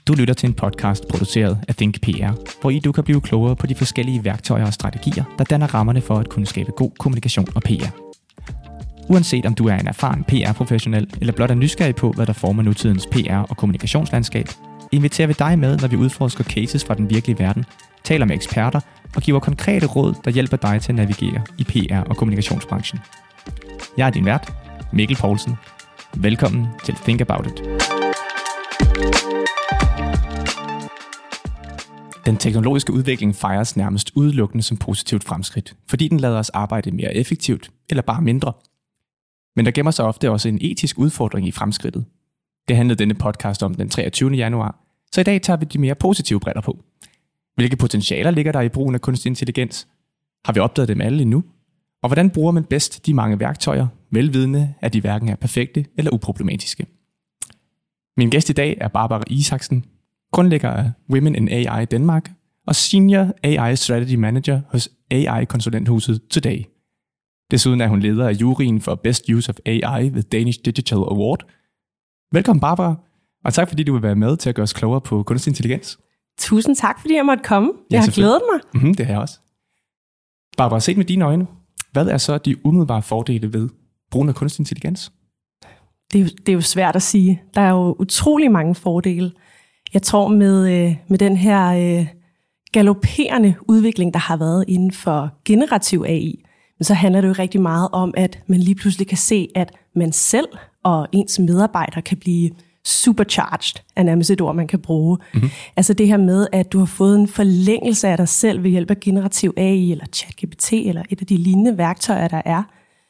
Du lytter til en podcast produceret af Think PR, hvor du kan blive klogere på de forskellige værktøjer og strategier, der danner rammerne for at kunne skabe god kommunikation og PR. Uanset om du er en erfaren PR-professionel eller blot er nysgerrig på, hvad der former nutidens PR- og kommunikationslandskab, inviterer vi dig med, når vi udforsker cases fra den virkelige verden, taler med eksperter og giver konkrete råd, der hjælper dig til at navigere i PR- og kommunikationsbranchen. Jeg er din vært, Mikkel Poulsen. Velkommen til Think About It. Den teknologiske udvikling fejres nærmest udelukkende som positivt fremskridt, fordi den lader os arbejde mere effektivt eller bare mindre. Men der gemmer sig ofte også en etisk udfordring i fremskridtet. Det handlede denne podcast om den 23. januar, så i dag tager vi de mere positive briller på. Hvilke potentialer ligger der i brugen af kunstig intelligens? Har vi opdaget dem alle endnu? Og hvordan bruger man bedst de mange værktøjer, velvidende at de hverken er perfekte eller uproblematiske? Min gæst i dag er Barbara Isaksen, grundlægger af Women in AI Denmark og Senior AI Strategy Manager hos AI-konsulenthuset Today. Desuden er hun leder af juryen for Best Use of AI ved Danish Digital Award. Velkommen Barbara, og tak fordi du vil være med til at gøre os klogere på kunstig intelligens. Tusind tak, fordi jeg måtte komme. Jeg har glædet mig. Det har jeg også. Barbara, set med dine øjne, hvad er så de umiddelbare fordele ved brugen af kunstig intelligens? Det er jo svært at sige. Der er jo utrolig mange fordele. Jeg tror med den her galopperende udvikling, der har været inden for generativ AI, så handler det jo rigtig meget om, at man lige pludselig kan se, at man selv og ens medarbejdere kan blive supercharged, er nærmest et ord, man kan bruge. Mm-hmm. Altså det her med, at du har fået en forlængelse af dig selv ved hjælp af generativ AI, eller ChatGPT, eller et af de lignende værktøjer, der er,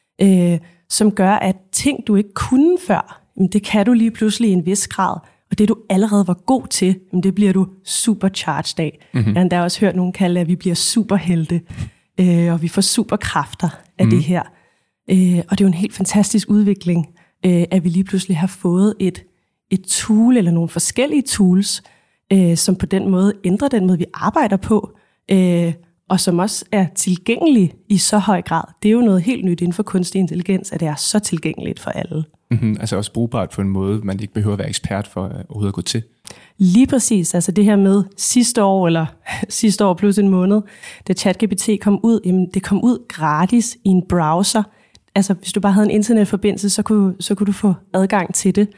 som gør, at ting, du ikke kunne før, det kan du lige pludselig i en vis grad. Og det, du allerede var god til, det bliver du supercharged af. Mm-hmm. Jeg har endda også hørt nogen kalde, at vi bliver superhelte, og vi får superkræfter af det her. Og det er jo en helt fantastisk udvikling, at vi lige pludselig har fået et tool, eller nogle forskellige tools, som på den måde ændrer den måde, vi arbejder på, og som også er tilgængelige i så høj grad. Det er jo noget helt nyt inden for kunstig intelligens, at det er så tilgængeligt for alle. Mm-hmm. Altså også brugbart på en måde, man ikke behøver at være ekspert for overhovedet at gå til. Lige præcis. Altså det her med sidste år plus en måned, da ChatGPT kom ud, jamen det kom ud gratis i en browser. Altså hvis du bare havde en internetforbindelse, så kunne du få adgang til det.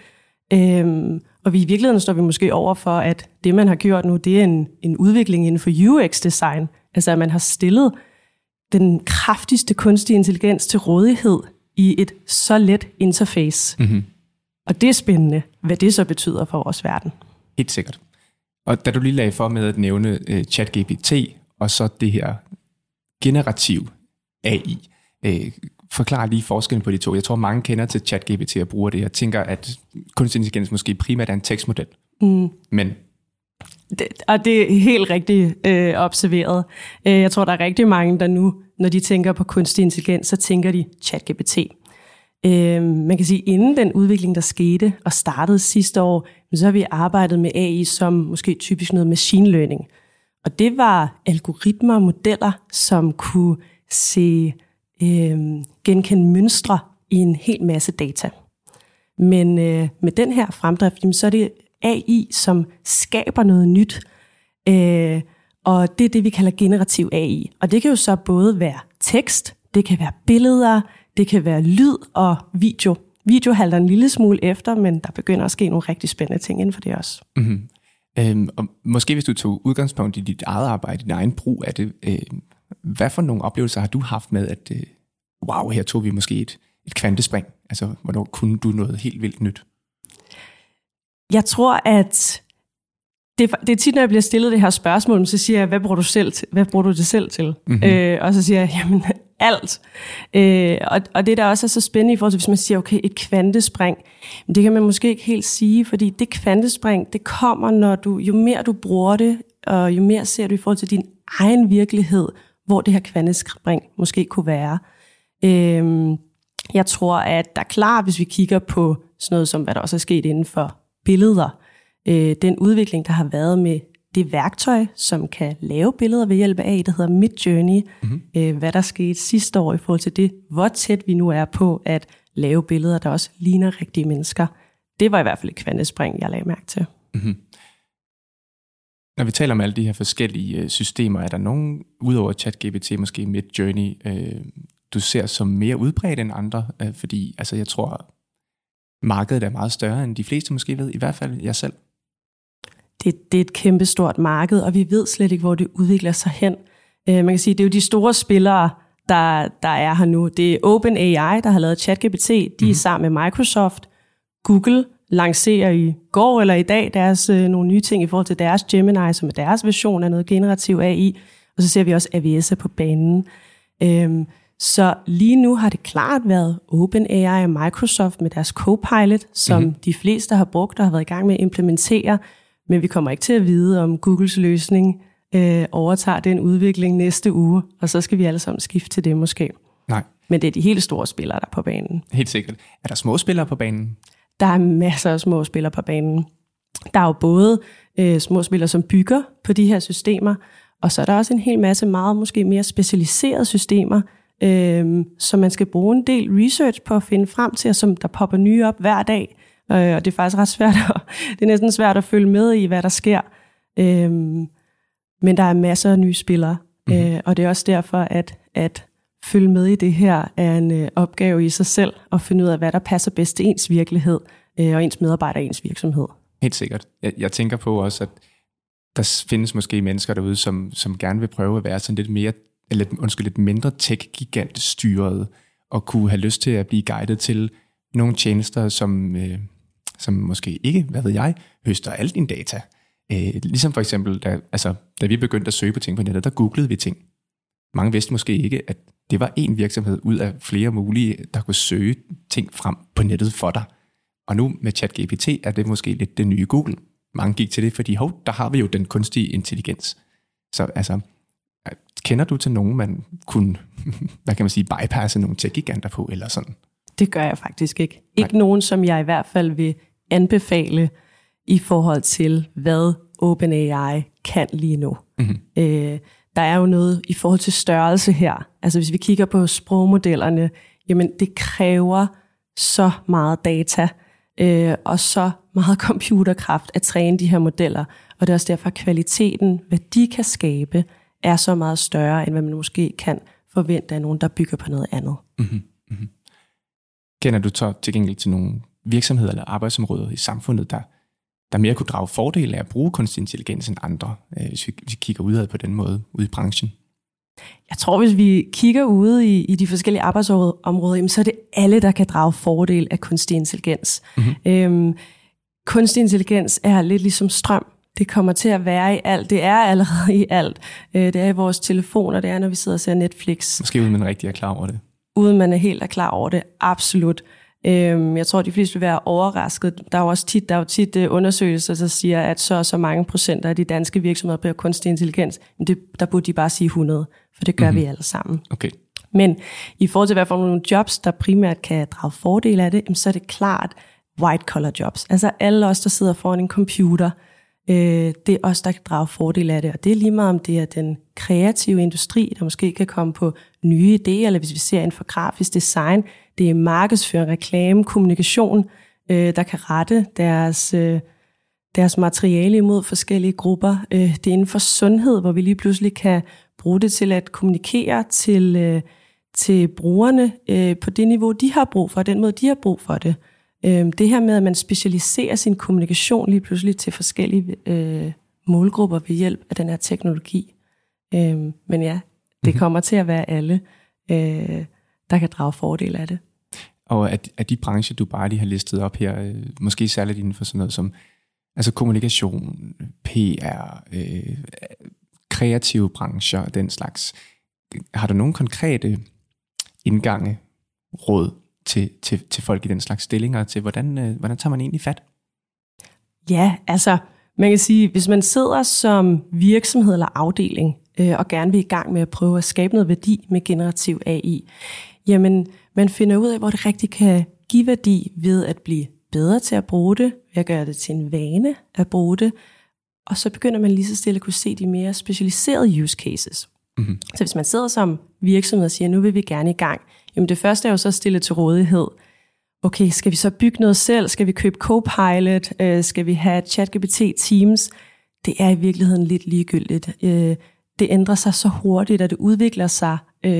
Og i virkeligheden står vi måske over for, at det man har gjort nu, det er en udvikling inden for UX-design. Altså at man har stillet den kraftigste kunstige intelligens til rådighed i et så let interface. Mm-hmm. Og det er spændende, hvad det så betyder for vores verden. Helt sikkert. Og da du lige lagde for med at nævne ChatGPT, og så det her generativ AI, forklar lige forskellen på de to. Jeg tror, mange kender til ChatGPT og bruger det. Jeg tænker, at kunstig intelligens måske primært er en tekstmodel. Mm. Men og det er helt rigtigt observeret. Jeg tror, der er rigtig mange, der nu, når de tænker på kunstig intelligens, så tænker de ChatGPT. Man kan sige, inden den udvikling, der skete og startede sidste år, så har vi arbejdet med AI som måske typisk noget machine learning. Og det var algoritmer og modeller, som kunne genkende mønstre i en hel masse data. Men med den her fremdrift, så er det AI, som skaber noget nyt. Og det er det, vi kalder generativ AI. Og det kan jo så både være tekst, det kan være billeder, det kan være lyd og video. Video halter en lille smule efter, men der begynder at ske nogle rigtig spændende ting inden for det også. Mm-hmm. Og måske hvis du tog udgangspunkt i dit eget arbejde, din egen brug af det, hvad for nogle oplevelser har du haft med, at wow, her tog vi måske et kvantespring? Altså, hvornår kunne du noget helt vildt nyt? Jeg tror, at det er tit, når jeg bliver stillet det her spørgsmål, så siger jeg, hvad bruger du det selv til? Mm-hmm. Og så siger jeg, jamen alt. Og det der også er så spændende i forhold til, hvis man siger, okay, et kvantespring, men det kan man måske ikke helt sige, fordi det kvantespring, det kommer, når jo mere du bruger det, og jo mere ser du i forhold til din egen virkelighed, hvor det her kvantespring måske kunne være. Jeg tror, at der er klart, hvis vi kigger på sådan noget som, hvad der også er sket inden for billeder, den udvikling, der har været med det værktøj, som kan lave billeder ved hjælp af AI, der hedder Midjourney, hvad der skete sidste år i forhold til det, hvor tæt vi nu er på at lave billeder, der også ligner rigtige mennesker. Det var i hvert fald et kvantespring, jeg lagde mærke til. Mm-hmm. Når vi taler om alle de her forskellige systemer, er der nogen, udover ChatGPT, måske Midjourney, du ser som mere udbredt end andre? Fordi altså, jeg tror, markedet er meget større, end de fleste måske ved, i hvert fald jeg selv. Det er et kæmpestort marked, og vi ved slet ikke, hvor det udvikler sig hen. Man kan sige, det er jo de store spillere, der er her nu. Det er OpenAI, der har lavet ChatGPT. De er sammen med Microsoft. Google lancerer i går eller i dag nogle nye ting i forhold til deres Gemini, som er deres version af noget generativ AI. Og så ser vi også AWS på banen. Så lige nu har det klart været OpenAI og Microsoft med deres Copilot, som de fleste har brugt og har været i gang med at implementere. Men vi kommer ikke til at vide, om Googles løsning overtager den udvikling næste uge, og så skal vi alle sammen skifte til det måske. Nej. Men det er de helt store spillere, der er på banen. Helt sikkert. Er der små spillere på banen? Der er masser af små spillere på banen. Der er jo både små spillere, som bygger på de her systemer, og så er der også en hel masse meget måske mere specialiserede systemer, som man skal bruge en del research på at finde frem til, og som der popper nye op hver dag. Og det er faktisk ret svært. Det er næsten svært at følge med i, hvad der sker. Men der er masser af nye spillere, og det er også derfor, at følge med i det her er en opgave i sig selv, at finde ud af, hvad der passer bedst til ens virkelighed, og ens medarbejder og ens virksomhed. Helt sikkert. Jeg tænker på også, at der findes måske mennesker derude, som gerne vil prøve at være sådan lidt mindre tech-gigant-styret, og kunne have lyst til at blive guidet til nogle tjenester, som måske ikke, hvad ved jeg, høster al din data. Ligesom for eksempel, da vi begyndte at søge på ting på nettet, der googlede vi ting. Mange vidste måske ikke, at det var en virksomhed ud af flere mulige, der kunne søge ting frem på nettet for dig. Og nu med ChatGPT er det måske lidt det nye Google. Mange gik til det, fordi der har vi jo den kunstige intelligens. Så altså, kender du til nogen, man kunne, hvad kan man sige, bypasse nogle tech-giganter på, eller sådan? Det gør jeg faktisk ikke. Ikke nogen, som jeg i hvert fald vil anbefale i forhold til, hvad OpenAI kan lige nu. Der er jo noget i forhold til størrelse her. Altså hvis vi kigger på sprogmodellerne, jamen det kræver så meget data og så meget computerkraft at træne de her modeller. Og det er også derfor, at kvaliteten, hvad de kan skabe, er så meget større, end hvad man måske kan forvente af nogen, der bygger på noget andet. Kender du så til gengæld til nogle virksomheder eller arbejdsområder i samfundet, der mere kunne drage fordel af at bruge kunstig intelligens end andre, hvis vi kigger udad på den måde, ude i branchen? Jeg tror, hvis vi kigger ude i de forskellige arbejdsområder, så er det alle, der kan drage fordel af kunstig intelligens. Kunstig intelligens er lidt ligesom strøm. Det kommer til at være i alt. Det er allerede i alt. Det er i vores telefoner, det er, når vi sidder og ser Netflix. Måske uden man rigtig er klar over det. Uden man er helt klar over det, absolut. Jeg tror, de fleste vil være overrasket. Der er jo tit undersøgelser, der siger, at så mange procenter af de danske virksomheder bruger kunstig intelligens. Men der burde de bare sige 100, for det gør vi alle sammen. Okay. Men i forhold til hvad for nogle jobs, der primært kan drage fordel af det, så er det klart white-collar jobs. Altså alle os, der sidder foran en computer, det er os, der kan drage fordel af det. Og det er lige meget, om det er den kreative industri, der måske kan komme på nye idéer, eller hvis vi ser inden for grafisk design, det er markedsføring, reklame, kommunikation, der kan rette deres materiale imod forskellige grupper. Det er inden for sundhed, hvor vi lige pludselig kan bruge det til at kommunikere til brugerne på det niveau, de har brug for, den måde, de har brug for det. Det her med, at man specialiserer sin kommunikation lige pludselig til forskellige målgrupper ved hjælp af den her teknologi. Men ja, det kommer til at være alle, der kan drage fordel af det. Og at de brancher, du bare lige har listet op her, måske særligt inden for sådan noget som altså kommunikation, PR, kreative brancher og den slags, har du nogle konkrete indgange, råd til folk i den slags stillinger, til hvordan tager man egentlig fat? Ja, altså man kan sige, hvis man sidder som virksomhed eller afdeling, og gerne vil i gang med at prøve at skabe noget værdi med generativ AI, jamen man finder ud af, hvor det rigtig kan give værdi ved at blive bedre til at bruge det, ved at gøre det til en vane at bruge det, og så begynder man lige så stille at kunne se de mere specialiserede use cases. Så hvis man sidder som virksomhed og siger, nu vil vi gerne i gang, jamen det første er jo så at stille til rådighed. Okay, skal vi så bygge noget selv? Skal vi købe Copilot? Skal vi have ChatGPT Teams? det er i virkeligheden lidt ligegyldigt. Det ændrer sig så hurtigt, og det udvikler sig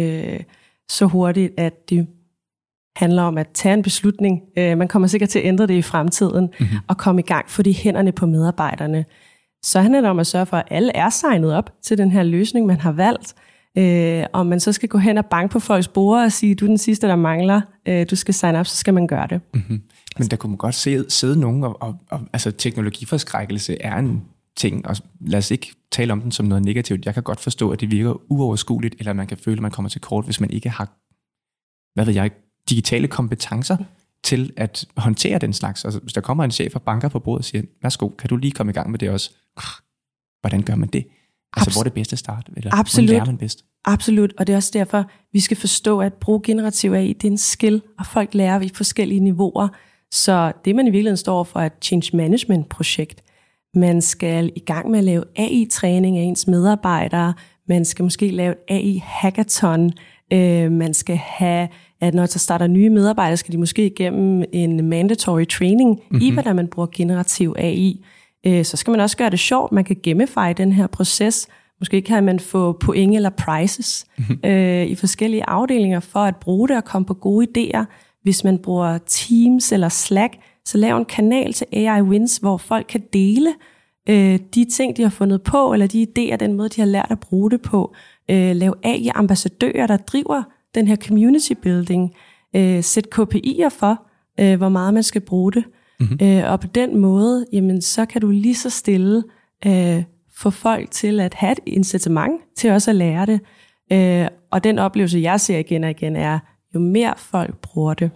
så hurtigt, at det handler om at tage en beslutning. Man kommer sikkert til at ændre det i fremtiden, og komme i gang, få de hænderne på medarbejderne. Så handler det om at sørge for, at alle er signet op til den her løsning, man har valgt. Om man så skal gå hen og banke på folks borde og sige, du er den sidste, der mangler, du skal signe op, så skal man gøre det. Men der kunne man godt sidde nogen, og altså teknologiforskrækkelse er en ting, og lad os ikke tale om den som noget negativt. Jeg kan godt forstå, at det virker uoverskueligt, eller man kan føle, at man kommer til kort, hvis man ikke har, digitale kompetencer til at håndtere den slags. Altså, hvis der kommer en chef og banker på bordet og siger, værsgo, kan du lige komme i gang med det også? Hvordan gør man det? Altså, hvor er det bedste start? Eller Absolut. Hvordan lærer man bedst? Absolut, og det er også derfor, vi skal forstå, at bruge generativ AI, det er en skill, og folk lærer i forskellige niveauer. Så det, man i virkeligheden står for, er et change management projekt. Man skal i gang med at lave AI-træning af ens medarbejdere. Man skal måske lave et AI-hackathon. Man skal have, at når der starter nye medarbejdere, skal de måske igennem en mandatory training i, hvordan man bruger generativ AI. Så skal man også gøre det sjovt. Man kan gamify den her proces. Måske kan man få point eller prizes i forskellige afdelinger for at bruge det og komme på gode idéer. Hvis man bruger Teams eller Slack, så lav en kanal til AI Wins, hvor folk kan dele de ting, de har fundet på, eller de idéer, den måde, de har lært at bruge det på. Lav AI-ambassadører, der driver den her community building. Sæt KPI'er for, hvor meget man skal bruge det. Og på den måde, jamen, så kan du lige så stille få folk til at have et incitament til også at lære det. Og den oplevelse, jeg ser igen og igen, er, jo mere folk bruger det,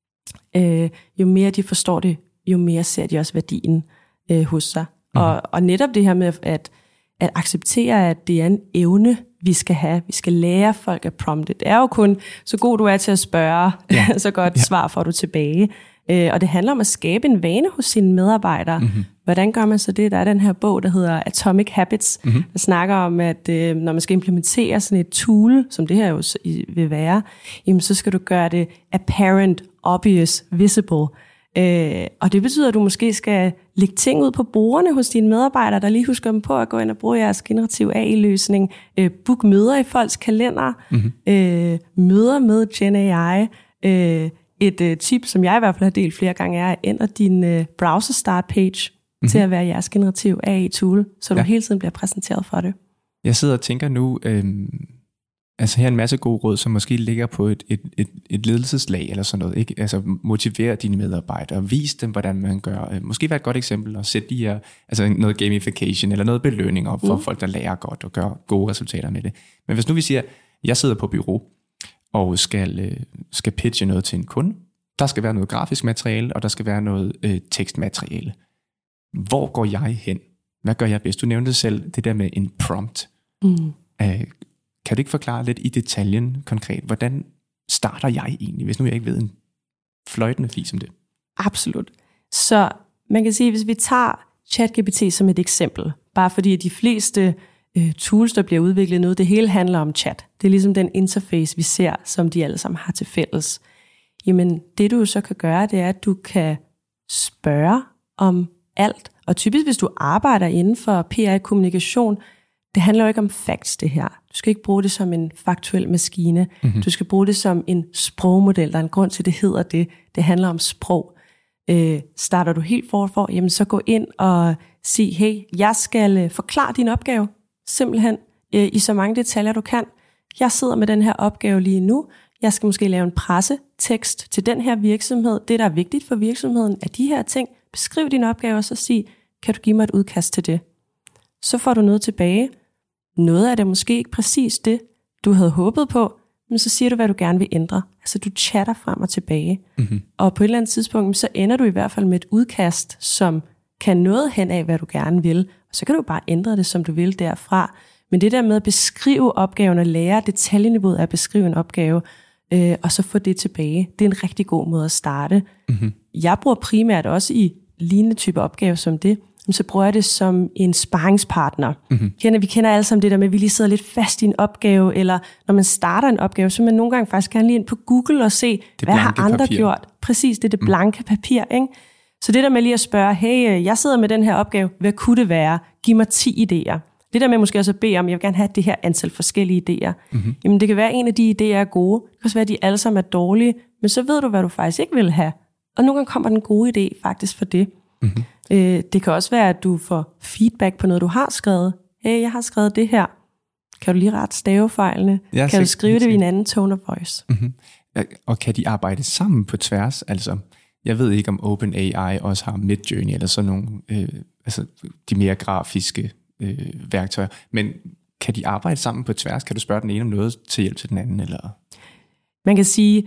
jo mere de forstår det, jo mere ser de også værdien hos sig. Og netop det her med at acceptere, at det er en evne, vi skal have. Vi skal lære folk at prompte. Det er jo kun, så god du er til at spørge, så godt svar får du tilbage. Og det handler om at skabe en vane hos sine medarbejdere. Hvordan gør man så det? Der er den her bog, der hedder Atomic Habits, der snakker om, at når man skal implementere sådan et tool, som det her jo vil være, jamen, så skal du gøre det apparent, obvious, visible. Og det betyder, at du måske skal lægge ting ud på bordene hos dine medarbejdere, der lige husker dem på at gå ind og bruge jeres generativ AI-løsning. Book møder i folks kalender. Møder med Gen AI. Et tip, som jeg i hvert fald har delt flere gange, er at ændre din browser start page til at være jeres generativ AI-tool, så du hele tiden bliver præsenteret for det. Jeg sidder og tænker nu, altså her er en masse gode råd, som måske ligger på et ledelseslag eller sådan noget, ikke? Altså motivere dine medarbejdere, vis dem, hvordan man gør. Måske være et godt eksempel og sætte de her, altså noget gamification eller noget belønning op for folk, der lærer godt og gør gode resultater med det. Men hvis nu vi siger, jeg sidder på bureau og skal pitche noget til en kunde, der skal være noget grafisk materiale, og der skal være noget tekstmateriale. Hvor går jeg hen? Hvad gør jeg bedst? Du nævnte selv det der med en prompt. Kan du ikke forklare lidt i detaljen konkret, hvordan starter jeg egentlig, hvis nu jeg ikke ved en fløjtende fis om det? Absolut. Så man kan sige, hvis vi tager ChatGPT som et eksempel, bare fordi de fleste tools, der bliver udviklet nu, det hele handler om chat. Det er ligesom den interface, vi ser, som de alle sammen har til fælles. Jamen, det du så kan gøre, det er, at du kan spørge om alt. Og typisk, hvis du arbejder inden for PR-kommunikation, det handler jo ikke om facts, det her. Du skal ikke bruge det som en faktuel maskine. Du skal bruge det som en sprogmodel. Der er en grund til, det hedder det. Det handler om sprog. Starter du helt forfra, jamen så gå ind og sig, hey, jeg skal forklare din opgave, simpelthen i så mange detaljer, du kan. Jeg sidder med den her opgave lige nu. Jeg skal måske lave en pressetekst til den her virksomhed. Det, der er vigtigt for virksomheden, er de her ting. Beskriv din opgave, og så sig, kan du give mig et udkast til det? Så får du noget tilbage. Noget af det måske ikke præcis det, du havde håbet på, men så siger du, hvad du gerne vil ændre. Altså du chatter frem og tilbage. Og på et eller andet tidspunkt, så ender du i hvert fald med et udkast, som kan noget hen af, hvad du gerne vil. Og så kan du bare ændre det, som du vil derfra. Men det der med at beskrive opgaven og lære detaljeniveauet af at beskrive en opgave, og så få det tilbage, det er en rigtig god måde at starte. Jeg bruger primært også i lignende type opgaver som det, så bruger jeg det som en sparringspartner. Vi kender alle sammen det der med, at vi lige sidder lidt fast i en opgave, eller når man starter en opgave, så man nogle gange faktisk gerne lige ind på Google og se, hvad har andre gjort. Præcis, det er det blanke papir, ikke? Så det der med lige at spørge, hey, jeg sidder med den her opgave, hvad kunne det være? Giv mig 10 idéer. Det der med måske også at bede om, jeg vil gerne have det her antal forskellige idéer. Mm-hmm. Jamen det kan være, at en af de idéer er gode. Det kan også være, at de alle sammen er dårlige. Men så ved du, hvad du faktisk ikke vil have. Og nogle gange kommer den gode idé faktisk for det. Mm-hmm. Det kan også være, at du får feedback på noget, du har skrevet. Hey, jeg har skrevet det her. Kan du lige rette stavefejlene? Kan du skrive det i en anden tone of voice? Mm-hmm. Og kan de arbejde sammen på tværs? Altså, jeg ved ikke, om OpenAI også har Midjourney, eller sådan nogle, altså de mere grafiske værktøjer. Men kan de arbejde sammen på tværs? Kan du spørge den ene om noget til hjælp til den anden? Eller? Man kan sige,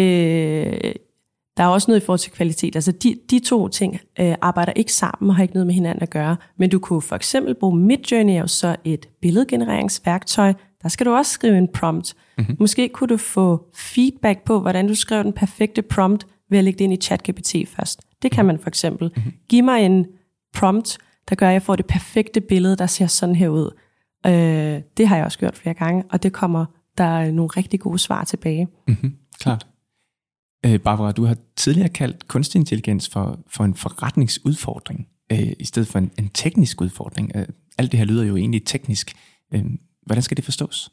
der er også noget i forhold til kvalitet. Altså de to ting arbejder ikke sammen og har ikke noget med hinanden at gøre. Men du kunne for eksempel bruge Midjourney, er jo så et billedgenereringsværktøj. Der skal du også skrive en prompt. Mm-hmm. Måske kunne du få feedback på, hvordan du skrev den perfekte prompt ved at lægge det ind i ChatGPT først. Det kan man for eksempel. Mm-hmm. Giv mig en prompt, der gør, at jeg får det perfekte billede, der ser sådan her ud. Det har jeg også gjort flere gange, og det kommer der nogle rigtig gode svar tilbage. Mm-hmm. Klart. Barbara, du har tidligere kaldt kunstig intelligens for en forretningsudfordring, i stedet for en teknisk udfordring. Alt det her lyder jo egentlig teknisk. Hvordan skal det forstås?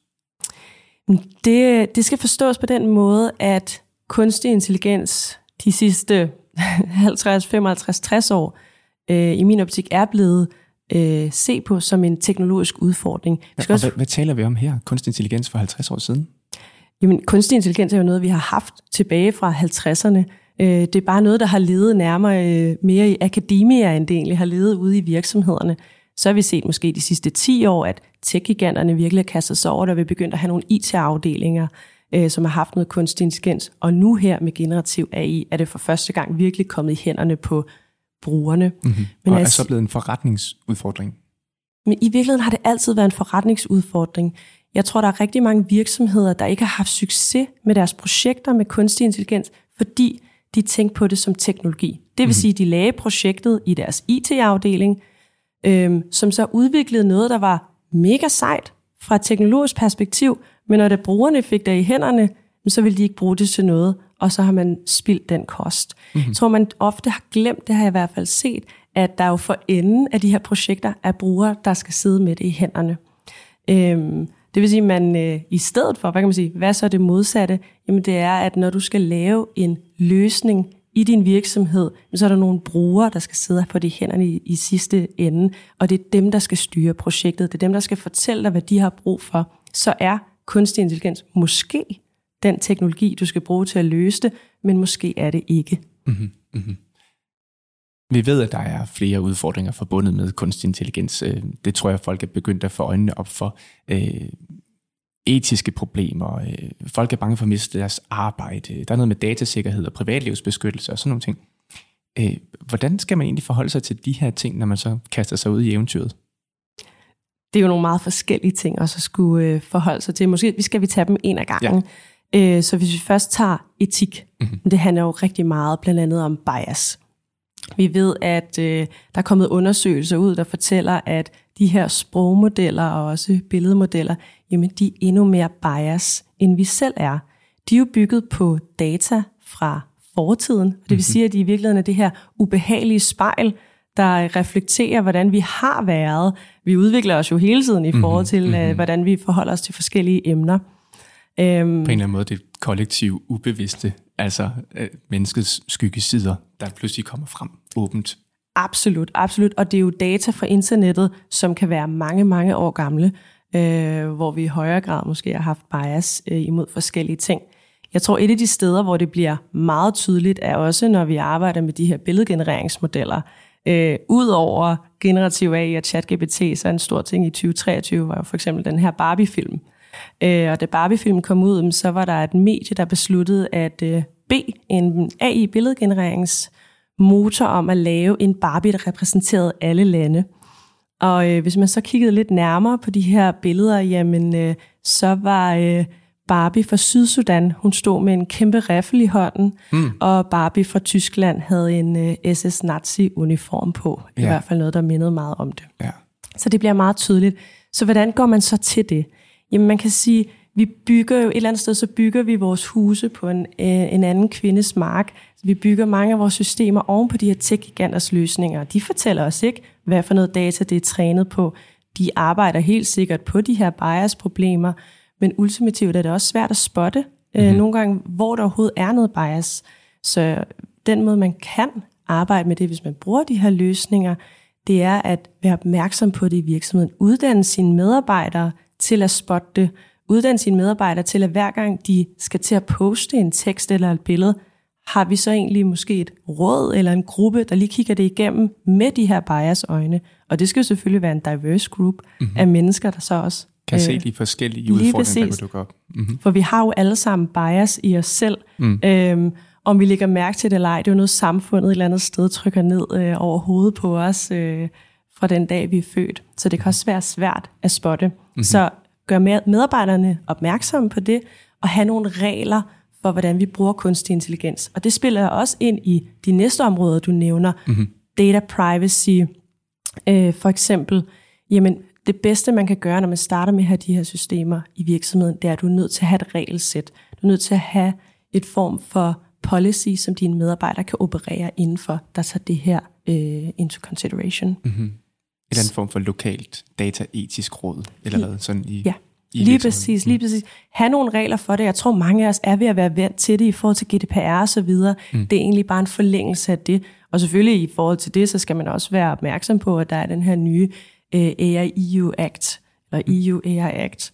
Det skal forstås på den måde, at kunstig intelligens de sidste 50, 55, 60 år i min optik er blevet set på som en teknologisk udfordring. Hvad taler vi om her? Kunstig intelligens for 50 år siden? Jamen, kunstig intelligens er jo noget, vi har haft tilbage fra 50'erne. Det er bare noget, der har levet nærmere mere i akademia, end det egentlig har levet ude i virksomhederne. Så har vi set måske de sidste 10 år, at tech-giganterne virkelig har kastet sig over, der vi begyndt at have nogle IT-afdelinger, som har haft noget kunstig intelligens. Og nu her med generativ AI er det for første gang virkelig kommet i hænderne på brugerne. Mm-hmm. Men og er så blevet en forretningsudfordring? Men i virkeligheden har det altid været en forretningsudfordring. Jeg tror, der er rigtig mange virksomheder, der ikke har haft succes med deres projekter med kunstig intelligens, fordi de tænkte på det som teknologi. Det vil sige, at de lagde projektet i deres IT-afdeling, som så udviklede noget, der var mega sejt fra et teknologisk perspektiv, men når det brugerne fik det i hænderne, så ville de ikke bruge det til noget, og så har man spildt den kost. Jeg tror, man ofte har glemt, det har jeg i hvert fald set, at der jo for enden af de her projekter er brugere, der skal sidde med det i hænderne. Det vil sige, at man i stedet for, hvad kan man sige, hvad så er det modsatte? Jamen det er, at når du skal lave en løsning i din virksomhed, så er der nogle brugere, der skal sidde på de hænderne i sidste ende, og det er dem, der skal styre projektet. Det er dem, der skal fortælle dig, hvad de har brug for. Så er kunstig intelligens måske den teknologi, du skal bruge til at løse det, men måske er det ikke. Mm-hmm. Mm-hmm. Vi ved, at der er flere udfordringer forbundet med kunstig intelligens. Det tror jeg, folk er begyndt at få øjnene op for. Etiske problemer. Folk er bange for at miste deres arbejde. Der er noget med datasikkerhed og privatlivsbeskyttelse og sådan nogle ting. Hvordan skal man egentlig forholde sig til de her ting, når man så kaster sig ud i eventyret? Det er jo nogle meget forskellige ting også at skulle forholde sig til. Måske skal vi tage dem en af gangen. Ja. Så hvis vi først tager etik, det handler jo rigtig meget blandt andet om bias. Vi ved, at der er kommet undersøgelser ud, der fortæller, at de her sprogmodeller og også billedmodeller, jamen de er endnu mere bias, end vi selv er. De er jo bygget på data fra fortiden. Det vil sige, at de i virkeligheden er det her ubehagelige spejl, der reflekterer, hvordan vi har været. Vi udvikler os jo hele tiden i forhold til, hvordan vi forholder os til forskellige emner. På en eller anden måde det kollektiv ubevidste, altså menneskets skyggesider, der pludselig kommer frem åbent. Absolut, absolut. Og det er jo data fra internettet, som kan være mange, mange år gamle, hvor vi i højere grad måske har haft bias imod forskellige ting. Jeg tror, et af de steder, hvor det bliver meget tydeligt, er også, når vi arbejder med de her billedgenereringsmodeller. Udover generativ AI og ChatGPT, så en stor ting i 2023 var jo for eksempel den her Barbie-film. Og da Barbie-filmen kom ud, så var der et medie, der besluttede at bede en AI-billedgenereringsmotor om at lave en Barbie, der repræsenterede alle lande. Og hvis man så kiggede lidt nærmere på de her billeder, jamen så var Barbie fra Sydsudan, hun stod med en kæmpe riffel i hånden, og Barbie fra Tyskland havde en SS-Nazi-uniform på. I hvert fald noget, der mindede meget om det. Ja. Så det bliver meget tydeligt. Så hvordan går man så til det? Jamen man kan sige, vi bygger jo et eller andet sted, så bygger vi vores huse på en anden kvindes mark. Så vi bygger mange af vores systemer oven på de her tech-giganters løsninger. De fortæller os ikke, hvad for noget data det er trænet på. De arbejder helt sikkert på de her bias-problemer, men ultimativt er det også svært at spotte nogle gange, hvor der overhovedet er noget bias. Så den måde, man kan arbejde med det, hvis man bruger de her løsninger, det er at være opmærksom på det i virksomheden. Uddanne sine medarbejdere til at spotte det. Uddanne sine medarbejdere til, at hver gang de skal til at poste en tekst eller et billede, har vi så egentlig måske et råd eller en gruppe, der lige kigger det igennem med de her bias-øjne. Og det skal jo selvfølgelig være en diverse group af mennesker, der så også kan se de forskellige udfordringer, der dukker op. For vi har jo alle sammen bias i os selv. Om vi lægger mærke til det eller ej, det er jo noget samfundet et eller andet sted trykker ned over hovedet på os fra den dag, vi er født. Så det kan også være svært at spotte. Så gør medarbejderne opmærksomme på det, og have nogle regler for, hvordan vi bruger kunstig intelligens. Og det spiller også ind i de næste områder, du nævner. Data privacy, for eksempel. Jamen, det bedste, man kan gøre, når man starter med at have de her systemer i virksomheden, det er, at du er nødt til at have et regelsæt. Du er nødt til at have et form for policy, som dine medarbejdere kan operere indenfor, der tager det her into consideration. En anden form for lokalt dataetisk råd, eller hvad? Sådan i, ja, lige præcis. Ha' nogle regler for det. Jeg tror, mange af os er ved at være vant til det i forhold til GDPR og så videre. Det er egentlig bare en forlængelse af det. Og selvfølgelig i forhold til det, så skal man også være opmærksom på, at der er den her nye AI-EU Act, eller EU AI Act,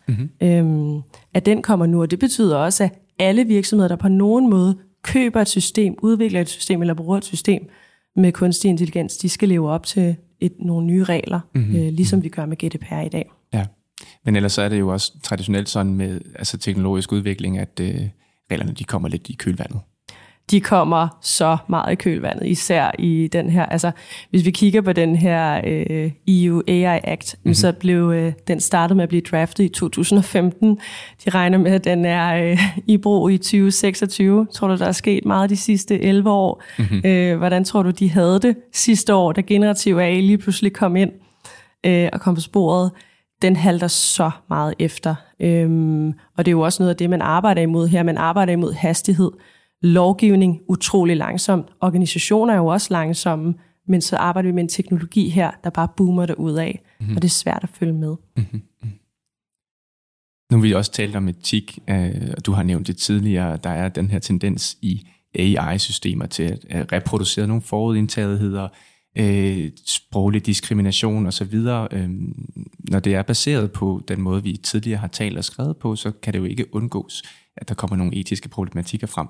at den kommer nu. Og det betyder også, at alle virksomheder, der på nogen måde køber et system, udvikler et system eller bruger et system med kunstig intelligens, de skal leve op til nogle nye regler, ligesom vi gør med GDPR i dag. Ja, men ellers så er det jo også traditionelt sådan med teknologisk udvikling, at reglerne de kommer lidt i kølvandet. De kommer så meget i kølvandet, især i den her, hvis vi kigger på den her EU AI Act, så blev den startet med at blive draftet i 2015. De regner med, at den er i brug i 2026. Tror du, der er sket meget de sidste 11 år? Hvordan tror du, de havde det sidste år, da generativ AI lige pludselig kom ind og kom på sporet? Den halter så meget efter. Og det er jo også noget af det, man arbejder imod her. Man arbejder imod hastighed. Lovgivning utrolig langsomt. Organisationer er jo også langsomme, men så arbejder vi med en teknologi her, der bare boomer derudad, og det er svært at følge med. Nu har vi også talt om etik, og du har nævnt det tidligere, der er den her tendens i AI-systemer til at reproducere nogle forudindtagetheder, sproglig diskrimination osv. Når det er baseret på den måde, vi tidligere har talt og skrevet på, så kan det jo ikke undgås, at der kommer nogle etiske problematikker frem.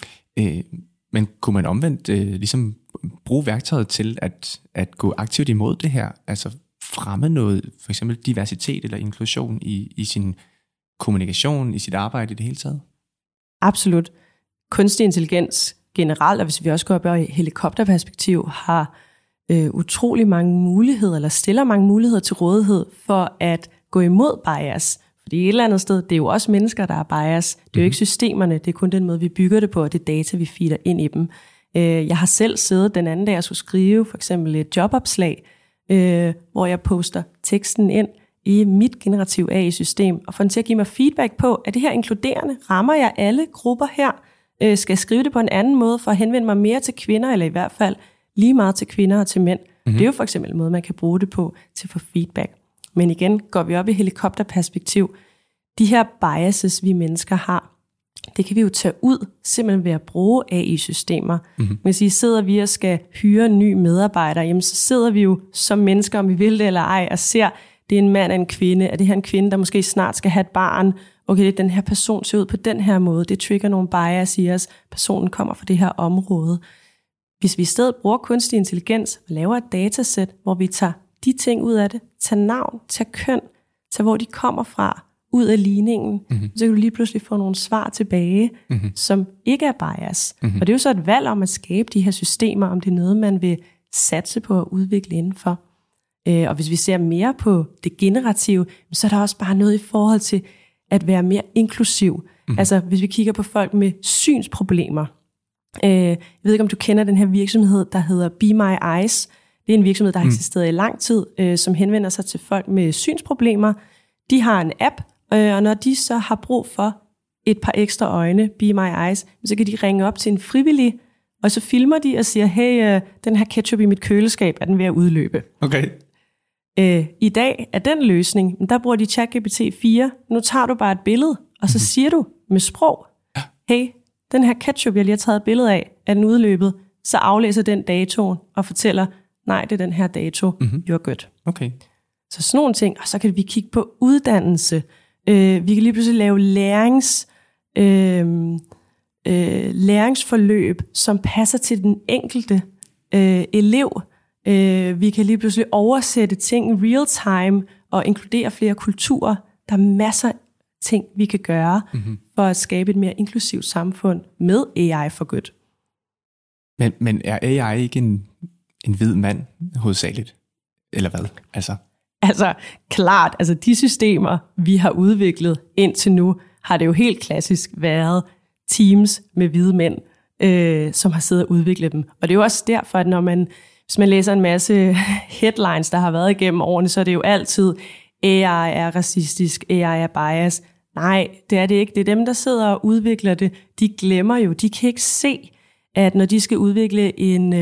Men kunne man omvendt ligesom bruge værktøjet til at gå aktivt imod det her, altså fremme noget, for eksempel diversitet eller inklusion i sin kommunikation, i sit arbejde i det hele taget? Absolut. Kunstig intelligens generelt, og hvis vi også går op i helikopterperspektiv, har utrolig mange muligheder, eller stiller mange muligheder til rådighed for at gå imod bias. Fordi et eller andet sted, det er jo også mennesker, der er bias. Det er jo ikke systemerne, det er kun den måde, vi bygger det på, og det data, vi feeder ind i dem. Jeg har selv siddet den anden dag, jeg skulle skrive for eksempel et jobopslag, hvor jeg poster teksten ind i mit generativ AI-system, og får den til at give mig feedback på, at det her inkluderende, rammer jeg alle grupper her? Skal jeg skrive det på en anden måde, for at henvende mig mere til kvinder, eller i hvert fald lige meget til kvinder og til mænd? Det er jo for eksempel en måde, man kan bruge det på til at få feedback. Men igen, går vi op i helikopterperspektiv. De her biases, vi mennesker har, det kan vi jo tage ud, simpelthen ved at bruge AI-systemer. Hvis I sidder vi og skal hyre en ny medarbejder, jamen så sidder vi jo som mennesker, om vi vil det eller ej, og ser, det er en mand og en kvinde. Er det her en kvinde, der måske snart skal have et barn? Okay, den her person ser ud på den her måde. Det trigger nogle bias i os. Personen kommer fra det her område. Hvis vi i stedet bruger kunstig intelligens og laver et datasæt, hvor vi tager de ting ud af det, tager navn, tager køn, tager hvor de kommer fra, ud af ligningen, så kan du lige pludselig få nogle svar tilbage, som ikke er bias. Og det er jo så et valg om at skabe de her systemer, om det er noget, man vil satse på at udvikle indenfor. Og hvis vi ser mere på det generative, så er der også bare noget i forhold til at være mere inklusiv. Altså hvis vi kigger på folk med synsproblemer. Jeg ved ikke, om du kender den her virksomhed, der hedder Be My Eyes. Det er en virksomhed, der har eksisteret i lang tid, som henvender sig til folk med synsproblemer. De har en app, Og når de så har brug for et par ekstra øjne, Be My Eyes, så kan de ringe op til en frivillig, og så filmer de og siger, hey, den her ketchup i mit køleskab, er den ved at udløbe. Okay. I dag er den løsning, der bruger de ChatGPT 4. Nu tager du bare et billede, og så siger du med sprog, hey, den her ketchup, jeg lige har taget et billede af, er den udløbet, så aflæser den datoen og fortæller, nej, det er den her dato, you're good. Okay. Så sådan nogle ting, og så kan vi kigge på uddannelse. Vi kan lige pludselig lave læringsforløb, som passer til den enkelte elev. Vi kan lige pludselig oversætte ting real time og inkludere flere kulturer. Der er masser af ting, vi kan gøre for at skabe et mere inklusivt samfund med AI for good. Men er AI ikke en hvid mand hovedsageligt? Eller hvad? Altså klart, de systemer, vi har udviklet indtil nu, har det jo helt klassisk været teams med hvide mænd, som har siddet og udviklet dem. Og det er jo også derfor, at hvis man læser en masse headlines, der har været igennem årene, så er det jo altid, AI er racistisk, AI er bias. Nej, det er det ikke. Det er dem, der sidder og udvikler det. De glemmer jo, de kan ikke se, at når de skal udvikle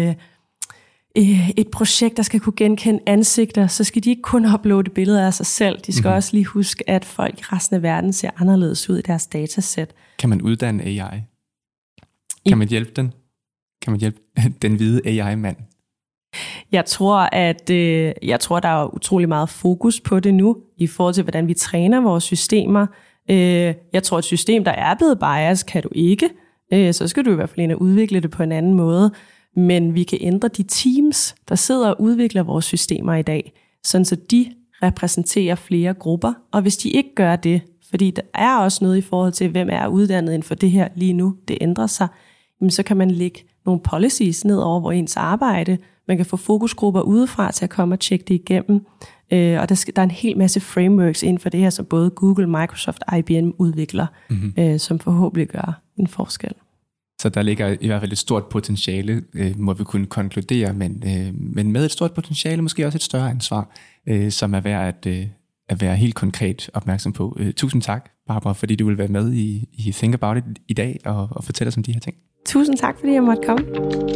et projekt, der skal kunne genkende ansigter, så skal de ikke kun uploade billeder af sig selv. De skal også lige huske, at folk i resten af verden ser anderledes ud i deres datasæt. Kan man uddanne AI? Kan man hjælpe den? Kan man hjælpe den hvide AI-mand? Jeg tror, der er utrolig meget fokus på det nu, i forhold til, hvordan vi træner vores systemer. Jeg tror, et system, der er blevet bias, kan du ikke. Så skal du i hvert fald ind og udvikle det på en anden måde. Men vi kan ændre de teams, der sidder og udvikler vores systemer i dag, sådan så de repræsenterer flere grupper. Og hvis de ikke gør det, fordi der er også noget i forhold til, hvem er uddannet inden for det her lige nu, det ændrer sig, så kan man lægge nogle policies ned over hvor ens arbejde. Man kan få fokusgrupper udefra til at komme og tjekke det igennem. Og der er en hel masse frameworks inden for det her, som både Google, Microsoft og IBM udvikler, som forhåbentlig gør en forskel. Så der ligger i hvert fald et stort potentiale, må vi kunne konkludere, men med et stort potentiale, måske også et større ansvar, som er værd at være helt konkret opmærksom på. Tusind tak, Barbara, fordi du vil være med i Think About It i dag og fortælle os om de her ting. Tusind tak, fordi jeg måtte komme.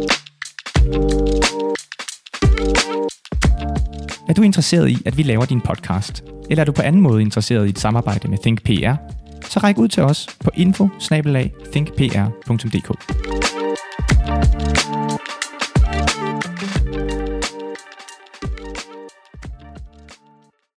Er du interesseret i, at vi laver din podcast? Eller er du på anden måde interesseret i et samarbejde med Think PR? Så ræk ud til os på info@thinkpr.dk.